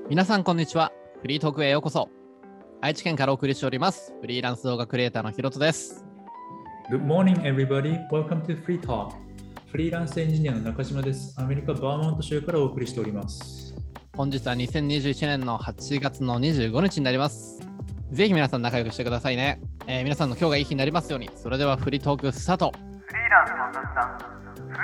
皆さんこんにちは。フリートークへようこそ。愛知県からお送りしておりますフリーランス動画クリエイターのひろとです。 Good morning, everybody. Welcome to Free Talk. フリーランスエンジニアの中島です。アメリカ・バーモント州からお送りしております。 本日は2021年の8月の25日になります。ぜひ皆さん仲良くしてくださいね。皆さんの今日がいい日になりますように。それではフリートークスタート。 フリーランスの雑談、フリー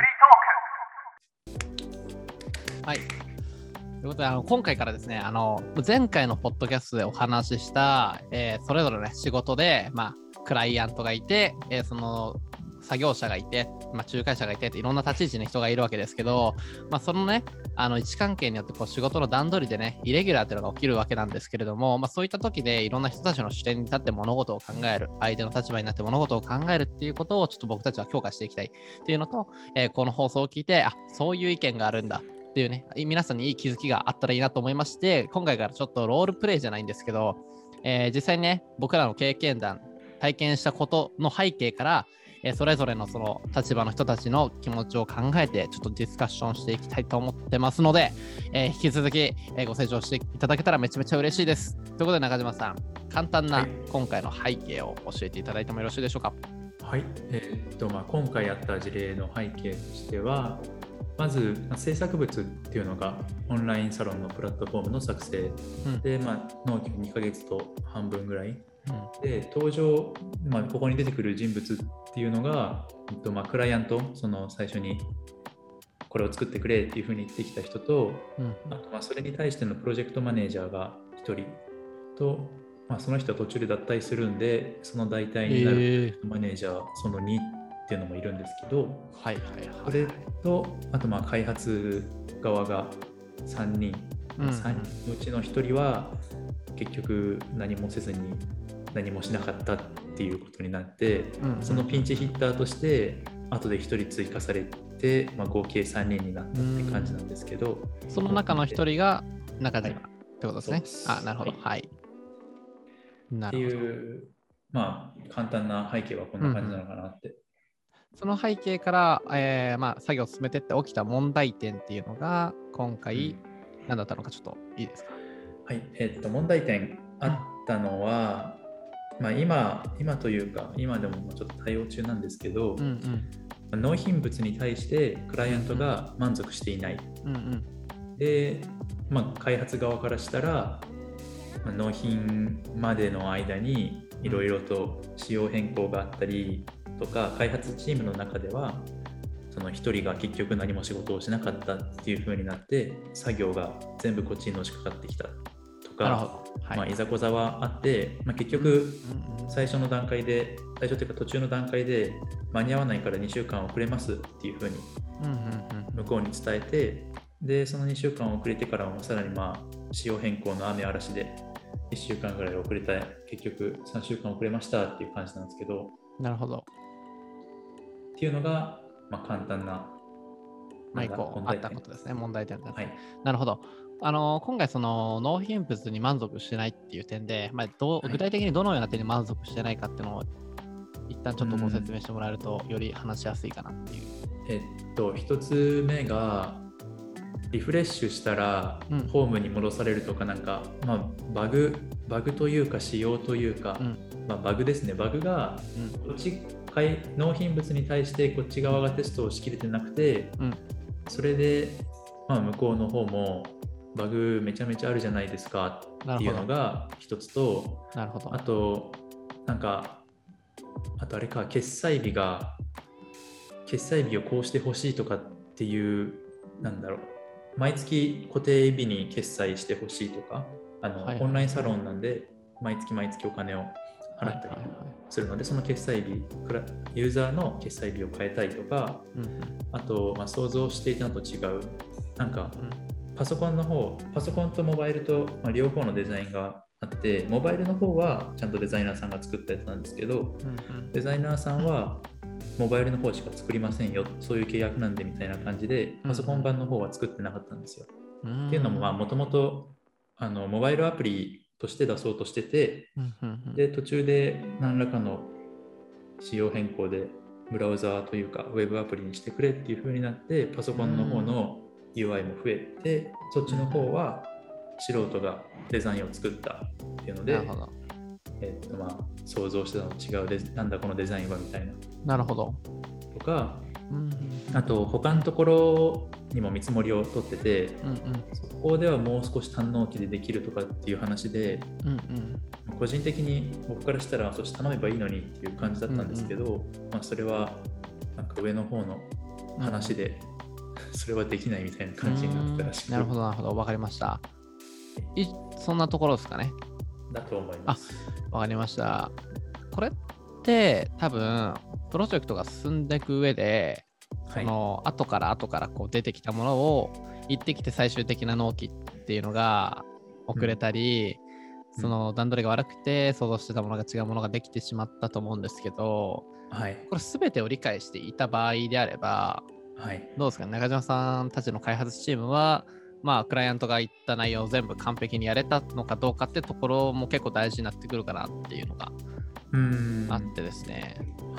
トーク。 はい。ということで今回からですね、前回のポッドキャストでお話しした、それぞれね仕事で、クライアントがいて、その作業者がいて、仲介者がいていろんな立ち位置の人がいるわけですけど、そのね位置関係によって仕事の段取りでねイレギュラーっていうのが起きるわけなんですけれども、そういった時でいろんな人たちの視点に立って物事を考える、相手の立場になって物事を考えるっていうことをちょっと僕たちは強化していきたいっていうのと、この放送を聞いてそういう意見があるんだっていうね、皆さんにいい気づきがあったらいいなと思いまして、今回からちょっとロールプレイじゃないんですけど、実際にね僕らの経験談、体験したことの背景から、それぞれのその立場の人たちの気持ちを考えてちょっとディスカッションしていきたいと思ってますので、引き続き、ご清聴していただけたらめちゃめちゃ嬉しいです。ということで中島さん、簡単な今回の背景を教えていただいてもよろしいでしょうか。 はい。今回やった事例の背景としては、まず制作物っていうのがオンラインサロンのプラットフォームの作成、で、納期2ヶ月と半分ぐらい、で登場、ここに出てくる人物っていうのが、クライアント、その最初にこれを作ってくれっていうふうに言ってきた人と、あとそれに対してのプロジェクトマネージャーが1人と、その人は途中で脱退するんで、その代替になるプロジェクトマネージャー、その2っていうのもいるんですけど、それとあと開発側が3人、3人のうちの1人は結局何もせずに何もしなかったっていうことになって、そのピンチヒッターとして後で1人追加されて、合計3人になったって感じなんですけど、 その中の1人が中島ってことですね。なるほど。はい。 っていう、簡単な背景はこんな感じなのかなって。 その背景から、作業を進めてって起きた問題点っていうのが今回何だったのかちょっといいですか。 はい。問題点あったのは、今というか今でもちょっと対応中なんですけど、納品物に対してクライアントが満足していない、で、開発側からしたら、納品までの間にいろいろと仕様変更があったりとか、開発チームの中ではその1人が結局何も仕事をしなかったっていう風になって作業が全部こっちにのしかかってきたとか、いざこざはあって、結局最初の段階で、最初というか途中の段階で間に合わないから2週間遅れますっていう風に向こうに伝えて、でその2週間遅れてからもさらに仕様変更の雨嵐で1週間ぐらい遅れた、結局3週間遅れましたっていう感じなんですけど。 なるほど。 っていうのが、簡単なあったことですね、問題点ですね。なるほど。今回その納品物に満足してないっていう点で、具体的にどのような点に満足してないかっていうのを一旦ちょっとご説明してもらえるとより話しやすいかなっていう。 一つ目がリフレッシュしたらホームに戻されるとか、バグというか仕様というか、バグですね。バグがこっち納品物に対してこっち側がテストをしきれてなくて、それで、向こうの方もバグめちゃめちゃあるじゃないですかっていうのが一つと、あとあれか、決済日をこうしてほしいとかっていう、毎月固定日に決済してほしいとか、オンラインサロンなんで毎月お金を払ったりするので、その決済日、ユーザーの決済日を変えたいとか、あと、想像していたのと違う、パソコンとモバイルと、両方のデザインがあって、モバイルの方はちゃんとデザイナーさんが作ったやつなんですけど、デザイナーさんはモバイルの方しか作りませんよ、そういう契約なんでみたいな感じで、パソコン版の方は作ってなかったんですよ。っていうのも、もともとモバイルアプリとして出そうとしてて、で途中で何らかの仕様変更でブラウザーというかウェブアプリにしてくれっていう風になって、パソコンの方の UI も増えて、そっちの方は素人がデザインを作ったっていうので、 なるほど。 想像してたのと違うなんだこのデザインはみたいな。 なるほど。 とか、 うんあと他のところにも見積もりを取ってて、そこではもう少し単納期でできるとかっていう話で、個人的に僕からしたらそして頼めばいいのにっていう感じだったんですけど、それはなんか上の方の話で、それはできないみたいな感じになってたらしくて。 なるほどなるほど、わかりました。そんなところですかね。 だと思います。 わかりました。これって多分プロジェクトが進んでいく上で、その後からこう出てきたものを行ってきて最終的な納期っていうのが遅れたり、その段取りが悪くて想像してたものが違うものができてしまったと思うんですけど、これ全てを理解していた場合であれば、どうですかね、中島さんたちの開発チームはクライアントが言った内容を全部完璧にやれたのかどうかってところも結構大事になってくるかなっていうのがあってですね。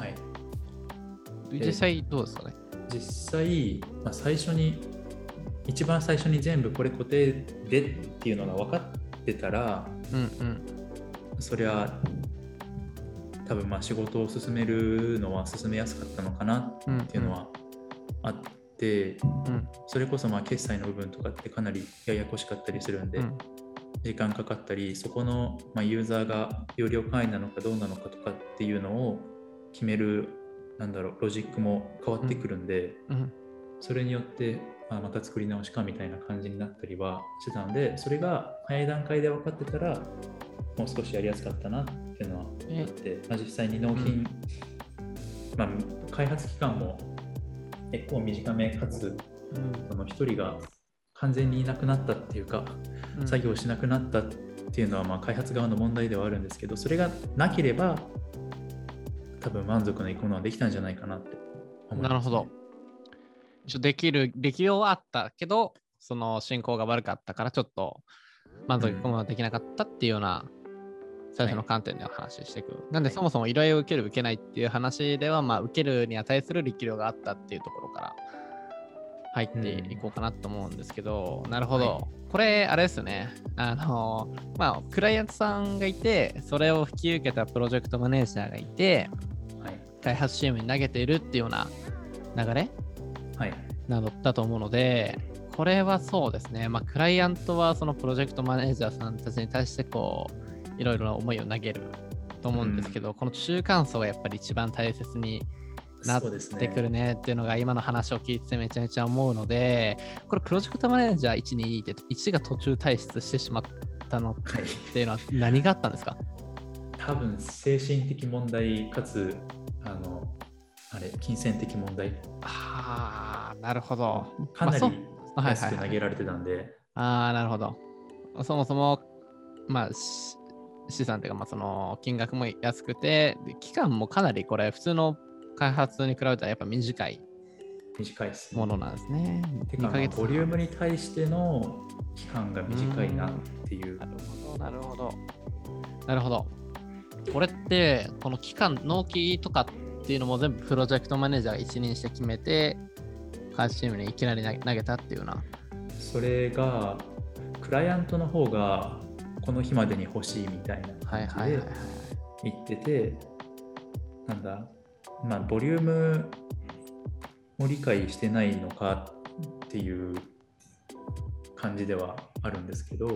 実際どうですかね。 実際、一番最初に全部これ固定でっていうのが分かってたら、そりゃ多分仕事を進めるのは進めやすかったのかなっていうのはあって、それこそ決済の部分とかってかなりややこしかったりするんで、時間かかったり、そこのユーザーが容量範囲なのかどうなのかとかっていうのを決めるロジックも変わってくるんで、それによってまた作り直しかみたいな感じになったりはしてたので、それが早い段階で分かってたらもう少しやりやすかったなっていうのはあって、実際に納品、開発期間も結構短めかつ、一人が完全にいなくなったっていうか、作業しなくなったっていうのは開発側の問題ではあるんですけど、それがなければ多分満足のいくものはできたんじゃないかなって思います、ね。 なるほど。できようはあったけど、その進行が悪かったからちょっと満足いくものはできなかったっていうような最初の観点でお話ししていく。なんでそもそも依頼を受ける受けないっていう話では、受けるに値する力量があったっていうところから入っていこうかなと思うんですけど、なるほど。これあれですよね。クライアントさんがいて、それを引き受けたプロジェクトマネージャーがいて、開発チームに投げているっていうような流れなどだと思うので、これはそうですね。クライアントはそのプロジェクトマネージャーさんたちに対してこういろいろな思いを投げると思うんですけど、この中間層がやっぱり一番大切になってくるねっていうのが今の話を聞いてめちゃめちゃ思うので、これプロジェクトマネージャー1、2で1が途中退出してしまったのっていうのは何があったんですか？ 多分精神的問題かつ金銭的問題。 なるほど。 かなり安く投げられてたんで。 なるほど。そもそも資産というかその金額も安くて、期間もかなりこれ普通の開発に比べたらやっぱ短いものなんですね。 てかボリュームに対しての期間が短いなっていう。 なるほど。これってこの期間納期とかっていうのも全部プロジェクトマネージャーが一任して決めて開発チームにいきなり投げたっていうような。 それがクライアントの方がこの日までに欲しいみたいな感じで言ってて、ボリュームを理解してないのかっていう感じではあるんですけど、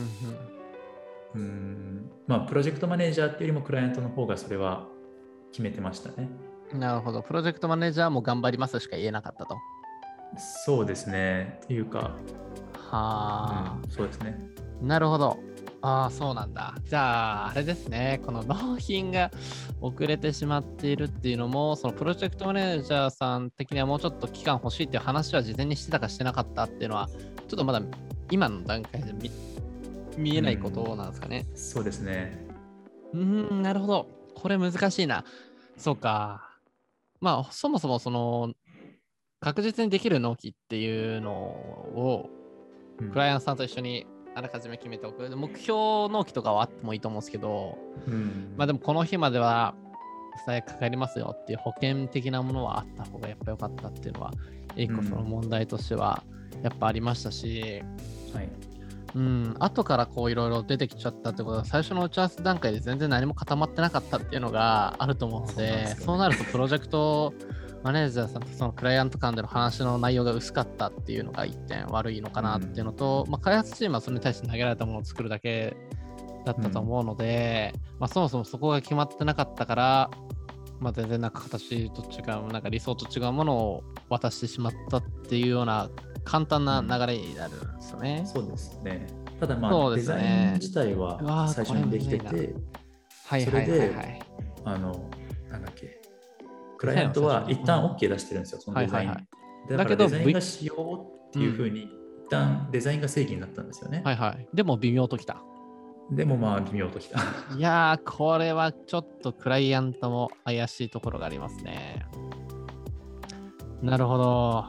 プロジェクトマネージャーっていうよりもクライアントの方がそれは決めてましたね。 なるほど。プロジェクトマネージャーも頑張りますしか言えなかったと。 そうですね。っていうか、そうですね。 なるほど。そうなんだ。じゃあ、あれですね。この納品が遅れてしまっているっていうのも、そのプロジェクトマネージャーさん的にはもうちょっと期間欲しいっていう話は事前にしてたかしてなかったっていうのは、ちょっとまだ今の段階で見えないことなんですかね。 そうですね。 なるほど。これ難しいな。そうか。そもそもその確実にできる納期っていうのをクライアントさんと一緒にあらかじめ決めておく。目標納期とかはあってもいいと思うんですけど、でもこの日までは負債かかりますよっていう保険的なものはあった方がやっぱ良かったっていうのは一個その問題としてはやっぱありましたし、 後からこういろいろ出てきちゃったってことは、最初の打ち合わせ段階で全然何も固まってなかったっていうのがあると思うので、そうなるとプロジェクトマネージャーさんとそのクライアント間での話の内容が薄かったっていうのが一点悪いのかなっていうのと、開発チームはそれに対して投げられたものを作るだけだったと思うので、そもそもそこが決まってなかったから、全然なんか形と違う、なんか理想と違うものを渡してしまったっていうような簡単な流れになるんですよね。 そうですね。ただそうデですねザイン自体は最初にできてて、それでなんだっけ、クライアントは一旦 OK 出してるんですよ、そのデザイン。だからデザインがしようっていうふうに、一旦デザインが正義になったんですよね。 でも微妙ときた。 でも微妙ときた。 いやー、これはちょっとクライアントも怪しいところがありますね。なるほど。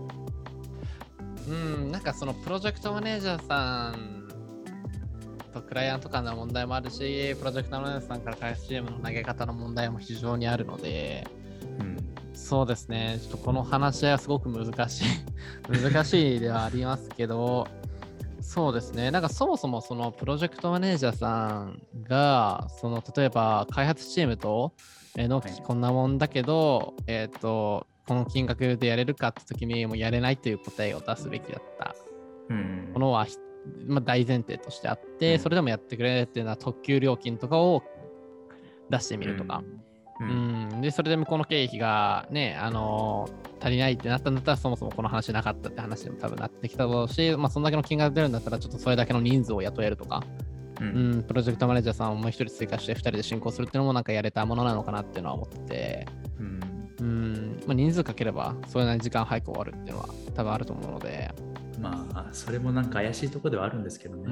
なんかそのプロジェクトマネージャーさんとクライアント間の問題もあるし、プロジェクトマネージャーさんから開発チームの投げ方の問題も非常にあるので、そうですね、ちょっとこの話し合いはすごく難しいではありますけど、そうですね、なんかそもそもそのプロジェクトマネージャーさんが、その例えば開発チームと納期こんなもんだけど、この金額でやれるかって時にもうやれないという答えを出すべきだったものは、大前提としてあって、それでもやってくれっていうのは特急料金とかを出してみるとか、でそれで向こうの経費がね、足りないってなったんだったら、そもそもこの話なかったって話にも多分なってきただろうし、そんだけの金額が出るんだったら、ちょっとそれだけの人数を雇えるとか、プロジェクトマネージャーさんをもう一人追加して2人で進行するっていうのもなんかやれたものなのかなっていうのは思ってて、人数かければそれなりに時間早く終わるっていうのは多分あると思うので、 それもなんか怪しいところではあるんですけどね。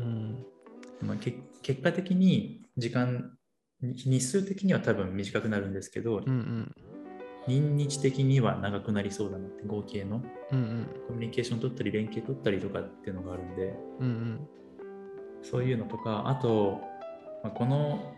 結果的に日数的には多分短くなるんですけど、日にち的には長くなりそうだなって、合計のコミュニケーション取ったり連携取ったりとかっていうのがあるんで、そういうのとか、あと、この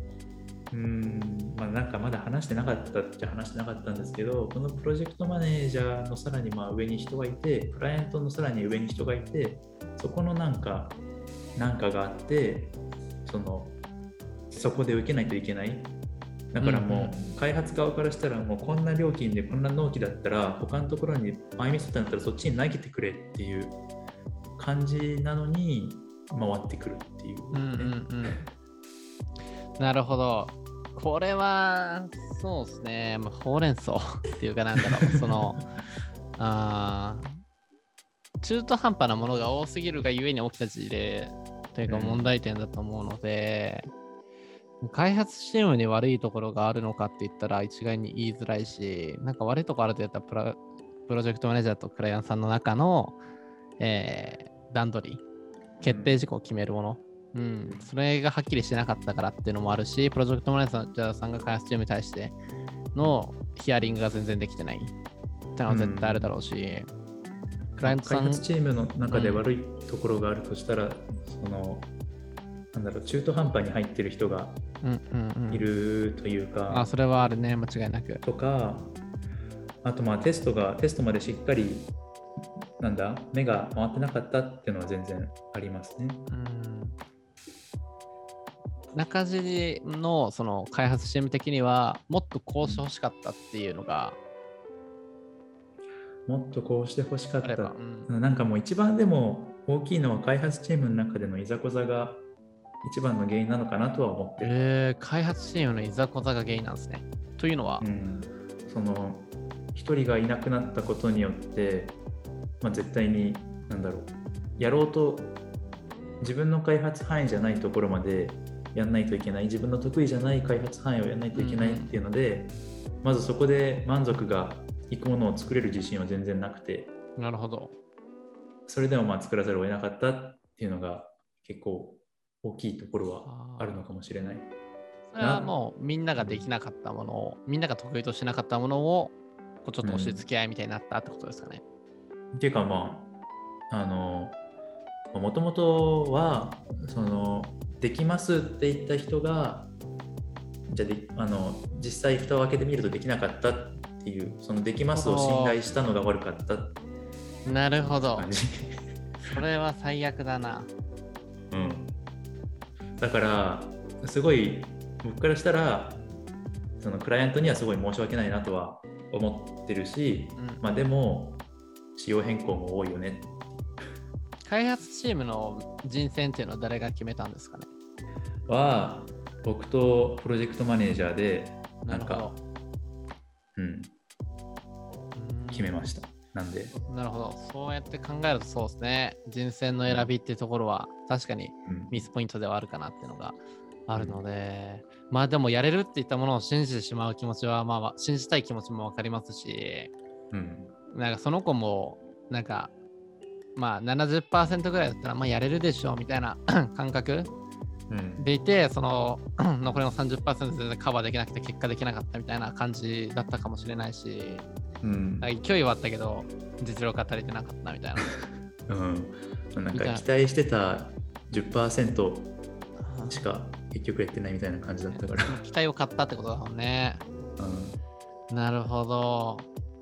なんかまだ話してなかったっちゃ話してなかったんですけど、このプロジェクトマネージャーのさらに上に人がいて、クライアントのさらに上に人がいて、そこのなんかがあって、そこで受けないといけない。だからもう開発側からしたら、もうこんな料金でこんな納期だったら、他のところに前見せたんだったらそっちに投げてくれっていう感じなのに回ってくるっていう、 なるほど。これはそうですね、ほうれん草っていうか、なんだろう、中途半端なものが多すぎるがゆえに起きた事例というか問題点だと思うので、開発チームに悪いところがあるのかって言ったら一概に言いづらいし、なんか悪いところあるとやったらプロジェクトマネージャーとクライアントさんの中の、段取り、決定事項を決めるもの、それがはっきりしてなかったからっていうのもあるし、プロジェクトマネージャーさんが開発チームに対してのヒアリングが全然できてないっていうのは絶対あるだろうし、クライアントさん、 開発チームの中で悪いところがあるとしたら、中途半端に入ってる人がいるというか、 それはあるね、間違いなく。 とか、あとテストまでしっかり目が回ってなかったっていうのは全然ありますね。 中地のその開発チーム的にはもっとこうしてほしかったっていうのが、 もっとこうしてほしかった、なんかもう一番でも大きいのは開発チームの中でのいざこざが一番の原因なのかなとは思ってる。 開発チームのいざこざが原因なんですね。というのは、 一人がいなくなったことによって、絶対にやろうと自分の開発範囲じゃないところまでやんないといけない、自分の得意じゃない開発範囲をやんないといけないっていうので、まずそこで満足がいくものを作れる自信は全然なくて、 なるほど。 それでも作らざるを得なかったっていうのが結構大きいところはあるのかもしれない。 それはもうみんなができなかったものを、みんなが得意としなかったものをちょっと押し付け合いみたいになったってことですかね。 っていうかもともとはできますって言った人が実際蓋を開けてみるとできなかったっていう、そのできますを信頼したのが悪かった。 なるほど。 それは最悪だな。 うん。だからすごい僕からしたらそのクライアントにはすごい申し訳ないなとは思ってるし、まあでも仕様変更も多いよね。 開発チームの人選っていうのは誰が決めたんですかね。 は僕とプロジェクトマネージャーでなんか決めました。なんでなるほど。そうやって考えるとそうですね。人選の選びっていうところは確かにミスポイントではあるかなっていうのがあるので、まあでもやれるっていったものを信じてしまう気持ちはまあ信じたい気持ちも分かりますし、なんかその子もなんかまあ 70% ぐらいだったらまあやれるでしょうみたいな感覚でいて、その残りの 30% 全然カバーできなくて結果できなかったみたいな感じだったかもしれないし、勢いはあったけど実力が足りてなかったみたいな。 なんか期待してた 10% しか結局やってないみたいな感じだったから期待を買ったってことだもんね。なるほど。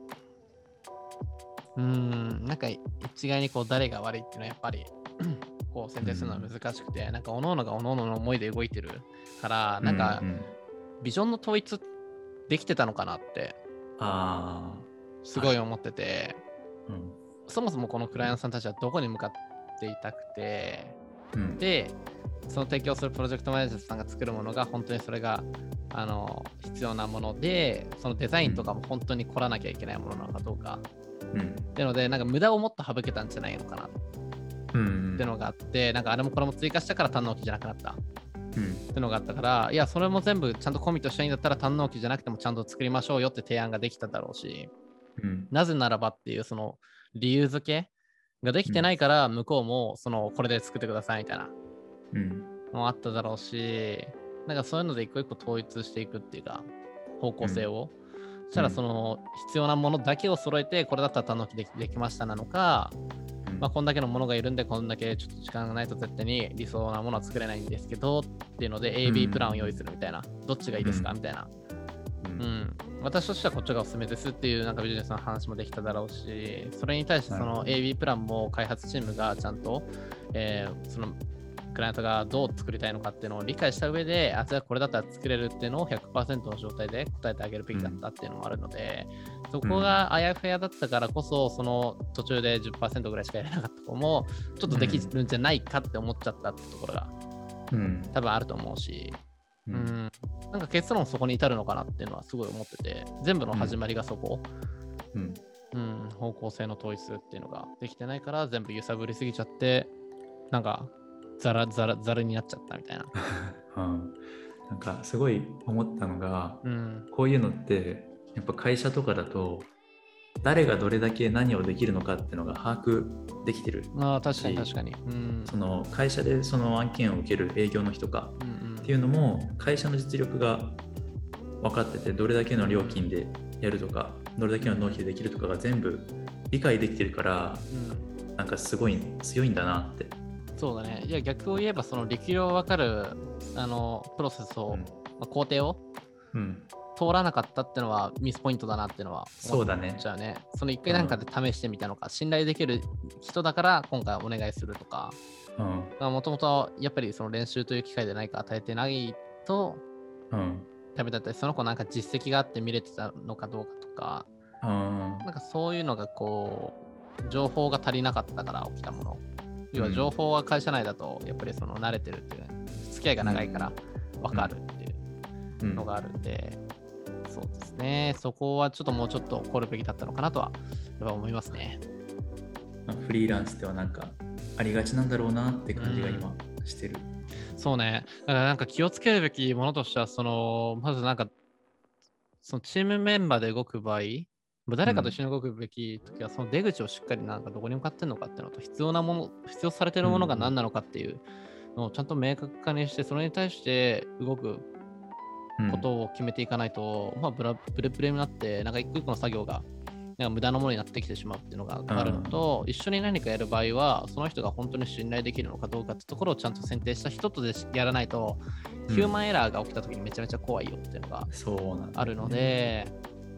なんか一概にこう誰が悪いっていうのはやっぱりこう選定するのは難しくて、なんか各々が各々の思いで動いてるから、なんかビジョンの統一できてたのかなってすごい思ってて、そもそもこのクライアントさんたちはどこに向かっていたくて、でその提供するプロジェクトマネージャーさんが作るものが本当にそれが必要なもので、そのデザインとかも本当に凝らなきゃいけないものなのかどうか、っていうのでなんか無駄をもっと省けたんじゃないのかなっていうのがあって、なんかあれもこれも追加したから単納期じゃなくなったっていうのがあったから、いやそれも全部ちゃんとコミットしたいんだったら単納期じゃなくてもちゃんと作りましょうよって提案ができただろうし、なぜならばっていうその理由付けができてないから向こうもそのこれで作ってくださいみたいなもあっただろうし、なんかそういうので一個一個統一していくっていうか方向性を、そしたらその必要なものだけを揃えてこれだったら単納期できましたなのか、まあこんだけのものがいるんでこんだけちょっと時間がないと絶対に理想なものは作れないんですけどっていうので AB プランを用意するみたいな、どっちがいいですかみたいな、私としてはこっちがおすすめですっていうなんかビジネスの話もできただろうし、それに対してその AB プランも開発チームがちゃんと、そのクライアントがどう作りたいのかっていうのを理解した上で、じゃあこれだったら作れるっていうのを 100% の状態で答えてあげるべきだったっていうのもあるので、そこがあやふやだったからこそ、その途中で 10% ぐらいしかやれなかった子もちょっとできるんじゃないかって思っちゃったってところが多分あると思うし、なんか結論そこに至るのかなっていうのはすごい思ってて、全部の始まりがそこ、方向性の統一っていうのができてないから全部揺さぶりすぎちゃってなんかザラになっちゃったみたいななんかすごい思ったのが、こういうのってやっぱ会社とかだと誰がどれだけ何をできるのかっていうのが把握できてる。 確かに、 その会社でその案件を受ける営業の人かっていうのも会社の実力が分かってて、どれだけの料金でやるとかどれだけの納期でできるとかが全部理解できてるから、なんかすごい強いんだなって。 そうだね。いや逆を言えばその力量分かるプロセスを、工程を、通らなかったってのはミスポイントだなってのは思っちゃうね。その一回なんかで試してみたのか、信頼できる人だから今回お願いするとか、もともとやっぱりその練習という機会で何か与えてないと、ダメだったり、その子なんか実績があって見れてたのかどうかとか、なんかそういうのがこう情報が足りなかったから起きたもの。要は情報は会社内だとやっぱりその慣れてるっていう、付き合いが長いから分かるっていうのがあるんで、そうですね、そこはちょっともうちょっと凝るべきだったのかなとはやっぱ思いますね。 フリーランスではなんかありがちなんだろうなって感じが今してる。 そうね、だからなんか気をつけるべきものとしては、そのまずなんかそのチームメンバーで動く場合、誰かと一緒に動くべきときは、その出口をしっかりなんかどこに向かってるのかっていうのと、必要されているものが何なのかっていうのをちゃんと明確化にして、それに対して動くことを決めていかないと、ブレブレになって、なんか一個一個の作業がなんか無駄なものになってきてしまうっていうのがあるのと、一緒に何かやる場合は、その人が本当に信頼できるのかどうかってところをちゃんと選定した人とでやらないと、ヒューマンエラーが起きたときにめちゃめちゃ怖いよっていうのがあるので、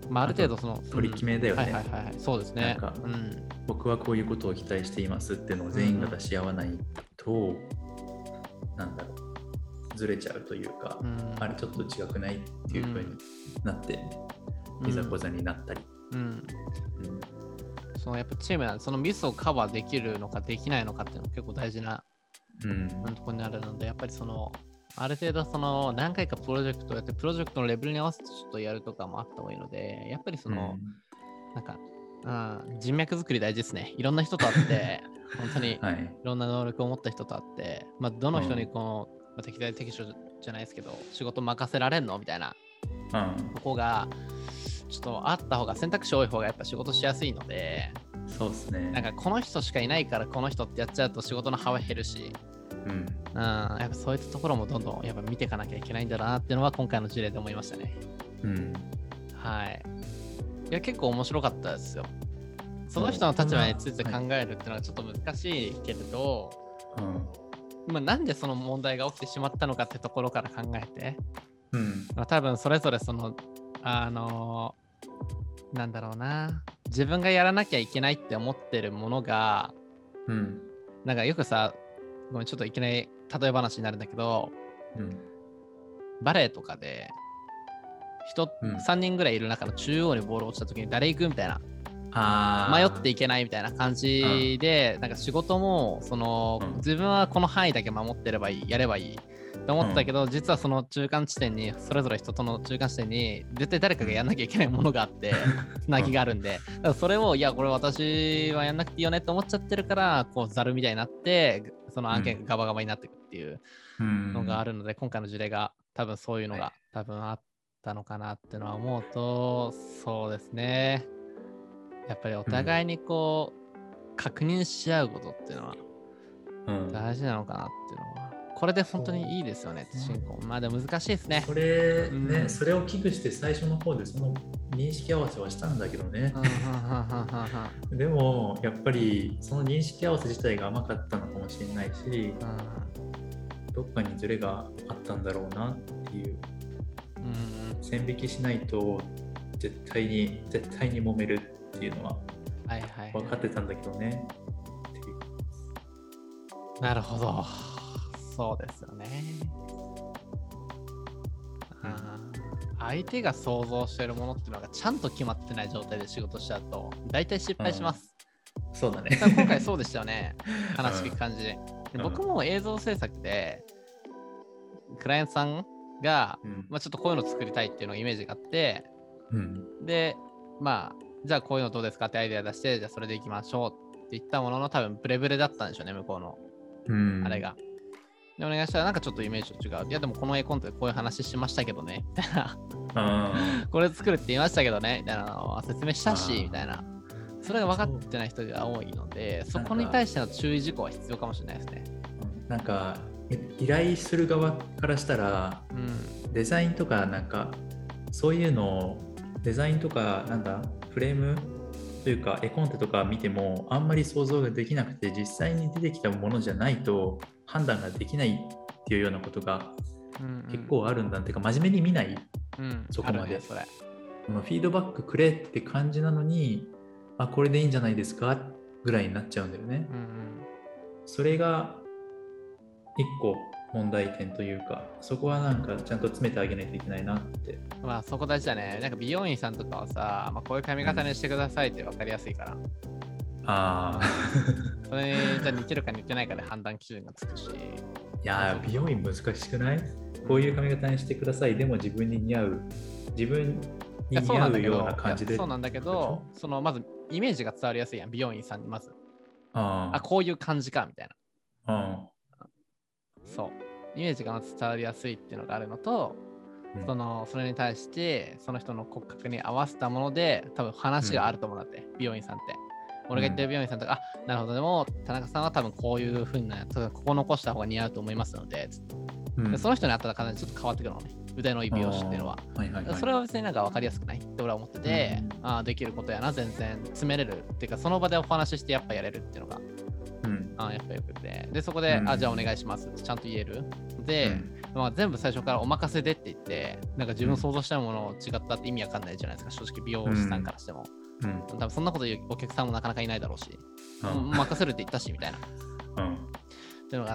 まあ、ある程度その取り決めだよね。 はいはいはい、そうですね。 なんか、僕はこういうことを期待していますっていうのを全員が出し合わないと、なんだろう、ずれちゃうというか、あれちょっと違くないっていう風になって、いざこざになったり。 そのやっぱチームなんで、そのミスをカバーできるのかできないのかっていうのが結構大事な、ところになるので、やっぱりそのある程度その何回かプロジェクトをやってプロジェクトのレベルに合わせてちょっとやるとかもあった方がいいので、やっぱりその、なんか、人脈作り大事ですね。いろんな人と会って本当にいろんな能力を持った人と会って、まあ、どの人にこの、適材適所じゃないですけど仕事任せられんのみたいな、ここがちょっとあった方が選択肢多い方がやっぱ仕事しやすいので、 そうですね。 なんかこの人しかいないからこの人ってやっちゃうと仕事の幅減るし、やっぱそういったところもどんどんやっぱ見ていかなきゃいけないんだなっていうのは今回の事例で思いましたね。はい。いや結構面白かったですよ。その人の立場について考えるっていうのはちょっと難しいけれど、なんでその問題が起きてしまったのかってところから考えて、多分それぞれそのなんだろうな、自分がやらなきゃいけないって思ってるものが、なんかよくさ、ごめんちょっといきなり例え話になるんだけど、バレーとかで3人ぐらいいる中の中央にボール落ちた時に誰行くみたいな、迷っていけないみたいな感じで、なんか仕事もその、自分はこの範囲だけ守ってればいい、やればいいと思ったけど、実はその中間地点に、それぞれ人との中間地点に絶対誰かがやんなきゃいけないものがあってつなぎがあるんで、だからそれをいやこれ私はやんなくていいよねって思っちゃってるから、こうザルみたいになってその案件がガバガバになっていくっていうのがあるので、今回の事例が多分そういうのが多分あったのかなっていうのは思うと、そうですね、やっぱりお互いにこう確認し合うことっていうのは大事なのかなっていうのは、これで本当にいいですよねって進行。まあでも難しいですね。 それね、それを危惧して最初の方でその認識合わせはしたんだけどね。でもやっぱりその認識合わせ自体が甘かったのかもしれないし、どっかにズレがあったんだろうなっていう、線引きしないと絶対に揉めるっていうのは分かってたんだけどね。 なるほど。そうですよね。相手が想像しているものっていうのがちゃんと決まってない状態で仕事しちゃうと大体失敗します。 そうだね。 今回そうでしたよね。話聞く感じで。僕も映像制作でクライアントさんが、ちょっとこういうの作りたいっていうのがイメージがあって、で、じゃあこういうのどうですかってアイデア出して、じゃあそれでいきましょうって言ったものの、多分ブレブレだったんでしょうね、向こうの。あれが。でお願いしたらなんかちょっとイメージと違う。いやでもこの絵コンテでこういう話しましたけどねみたいなこれ作るって言いましたけどねみたいなのを説明したしみたいな、それが分かってない人が多いので、そこに対しての注意事項は必要かもしれないですね。 なんか依頼する側からしたら、デザインとかなんかそういうのをデザインとかなんだフレームというか絵コンテとか見てもあんまり想像ができなくて、実際に出てきたものじゃないと判断ができないっていうようなことが結構あるんだっていうか、真面目に見ない、そこまで、それフィードバックくれって感じなのに、これでいいんじゃないですかぐらいになっちゃうんだよね。それが一個問題点というか、そこはなんかちゃんと詰めてあげないといけないなって。 そこ大事だね。なんか美容院さんとかはさ、こういう髪型にしてくださいって分かりやすいから。それにじゃあ似てるか似てないかで判断基準がつくし。いや美容院難しくない？こういう髪型にしてください。でも自分に似合うような感じで。 そうなんだけど、そのまずイメージが伝わりやすいやん、美容院さんにまず。こういう感じかみたいな。そう。イメージがまず伝わりやすいっていうのがあるのと、それに対してその人の骨格に合わせたもので多分話があると思うんだって、美容院さんって。俺が言ってる美容院さんとか、なるほど、でも田中さんは多分こういう風なここ残した方が似合うと思いますので、でその人に会ったらかなりちょっと変わってくるのね、腕のいい美容師っていうのは。それは別になんか分かりやすくないって俺は思ってて、できることやな、全然詰めれるっていうか、その場でお話ししてやっぱやれるっていうのが FF で、そこで、じゃあお願いしますってちゃんと言える。で、全部最初からお任せでって言って、なんか自分想像したもの違ったって意味わかんないじゃないですか、正直美容師さんからしても。多分そんなこと言うお客さんもなかなかいないだろうし、任せるって言ったしみたいな。っていうのがあって、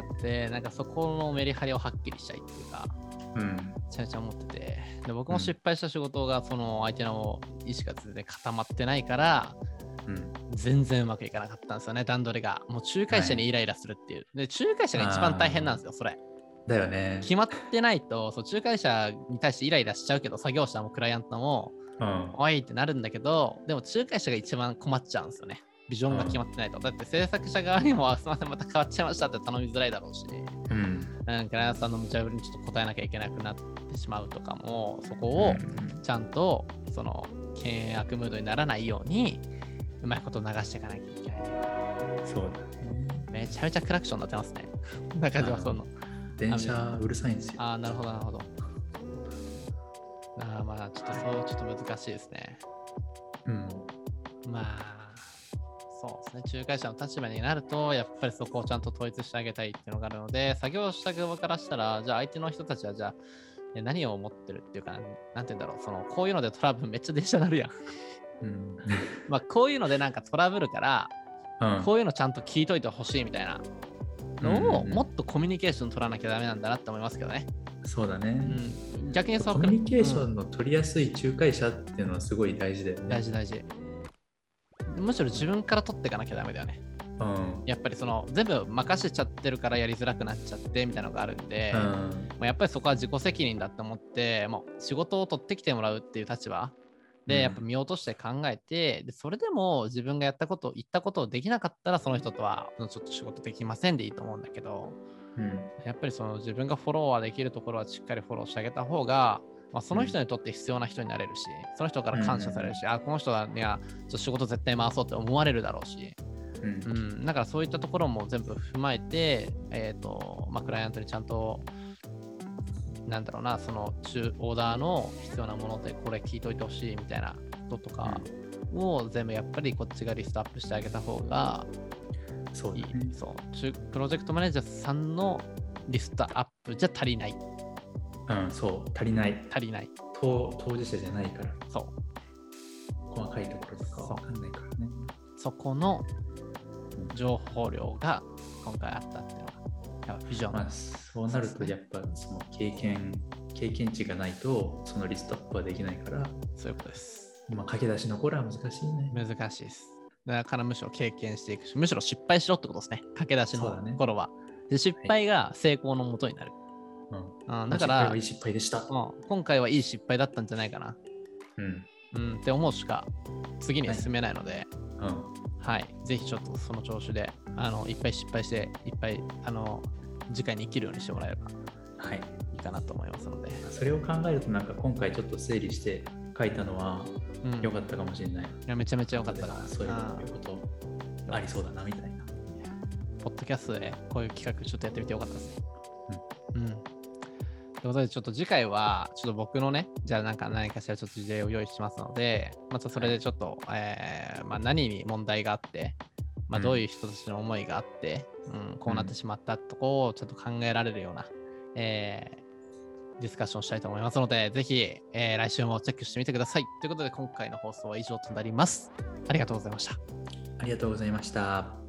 なんかそこのメリハリをはっきりしたいっていうか、めちゃめちゃ思ってて、で僕も失敗した仕事がその相手の意思が全然固まってないから、全然うまくいかなかったんですよね、段取りが。もう仲介者にイライラするっていう。で、仲介者が一番大変なんですよ、それ。 だよね。 決まってないと、仲介者に対してイライラしちゃうけど、作業者もクライアントも、おいってなるんだけど、でも仲介者が一番困っちゃうんですよね。ビジョンが決まってないと。だって制作者側にも、すみません、また変わっちゃいましたって頼みづらいだろうし、クライアントさんの無茶ぶりにちょっと答えなきゃいけなくなってしまうとかも、そこをちゃんと、その、険悪ムードにならないように、うまいこと流していかなきゃいけない。 そうだね。 めちゃめちゃクラクション鳴ってますね。中島さんの。 電車うるさいんですよ。 なるほど、なるほど。まあ、ちょっと難しいですね。まあ、そうですね。仲介者の立場になると、やっぱりそこをちゃんと統一してあげたいっていうのがあるので、作業した側からしたら、じゃあ相手の人たちは、じゃあ、何を思ってるっていうか、なんて言うんだろう、こういうのでトラブルめっちゃ電車なるやん。まあ、こういうのでなんかトラブルから、こういうのちゃんと聞いといてほしいみたいなのを、もっとコミュニケーション取らなきゃダメなんだなって思いますけどね。 そうだね。 逆にコミュニケーションの取りやすい仲介者っていうのはすごい大事だよね。 大事。むしろ自分から取っていかなきゃダメだよね。やっぱり全部任せちゃってるからやりづらくなっちゃってみたいなのがあるんで、やっぱりそこは自己責任だって思って、もう仕事を取ってきてもらうっていう立場で、やっぱ見落として考えて、でそれでも自分が言ったことをできなかったら、その人とはちょっと仕事できませんでいいと思うんだけど、やっぱり自分がフォローはできるところはしっかりフォローしてあげた方が、その人にとって必要な人になれるし、その人から感謝されるし、この人にはちょっと仕事絶対回そうって思われるだろうし、だからそういったところも全部踏まえて、クライアントにちゃんとなんだろうな、そのオーダーの必要なものでこれ聞いといてほしいみたいなこととかを全部やっぱりこっちがリストアップしてあげた方がいい。プロジェクトマネージャーさんのリストアップじゃ足りない。 足りない。当事者じゃないから。細かいところとかわかんないからね。 そこの情報量が今回あったっていうのがビジョン。 そうなるとやっぱその経験値がないとそのリストアップはできないから。 そういうことです。 駆け出しの頃は難しいね。 難しいです。だからむしろ経験していくし、むしろ失敗しろってことですね。駆け出しの頃は。で失敗が成功のもとになる。だから、 いい失敗でした。 今回はいい失敗だったんじゃないかな。って思うしか次に進めないので、ぜひちょっとその調子でいっぱい失敗していっぱい次回に生きるようにしてもらえればいいかなと思いますので、 それを考えるとなんか今回ちょっと整理して書いたのは良かったかもしれない。 いやめちゃめちゃ良かったから、 そういうことありそうだなみたいな。 ポッドキャストでこういう企画ちょっとやってみてよかったですね。ということでちょっと次回はちょっと僕のね、じゃあ何かしらちょっと事例を用意しますので、またそれでちょっと、何に問題があって、どういう人たちの思いがあって、こうなってしまったとこをちょっと考えられるような、ディスカッションしたいと思いますので、ぜひ、来週もチェックしてみてください。ということで今回の放送は以上となります。ありがとうございました。 ありがとうございました。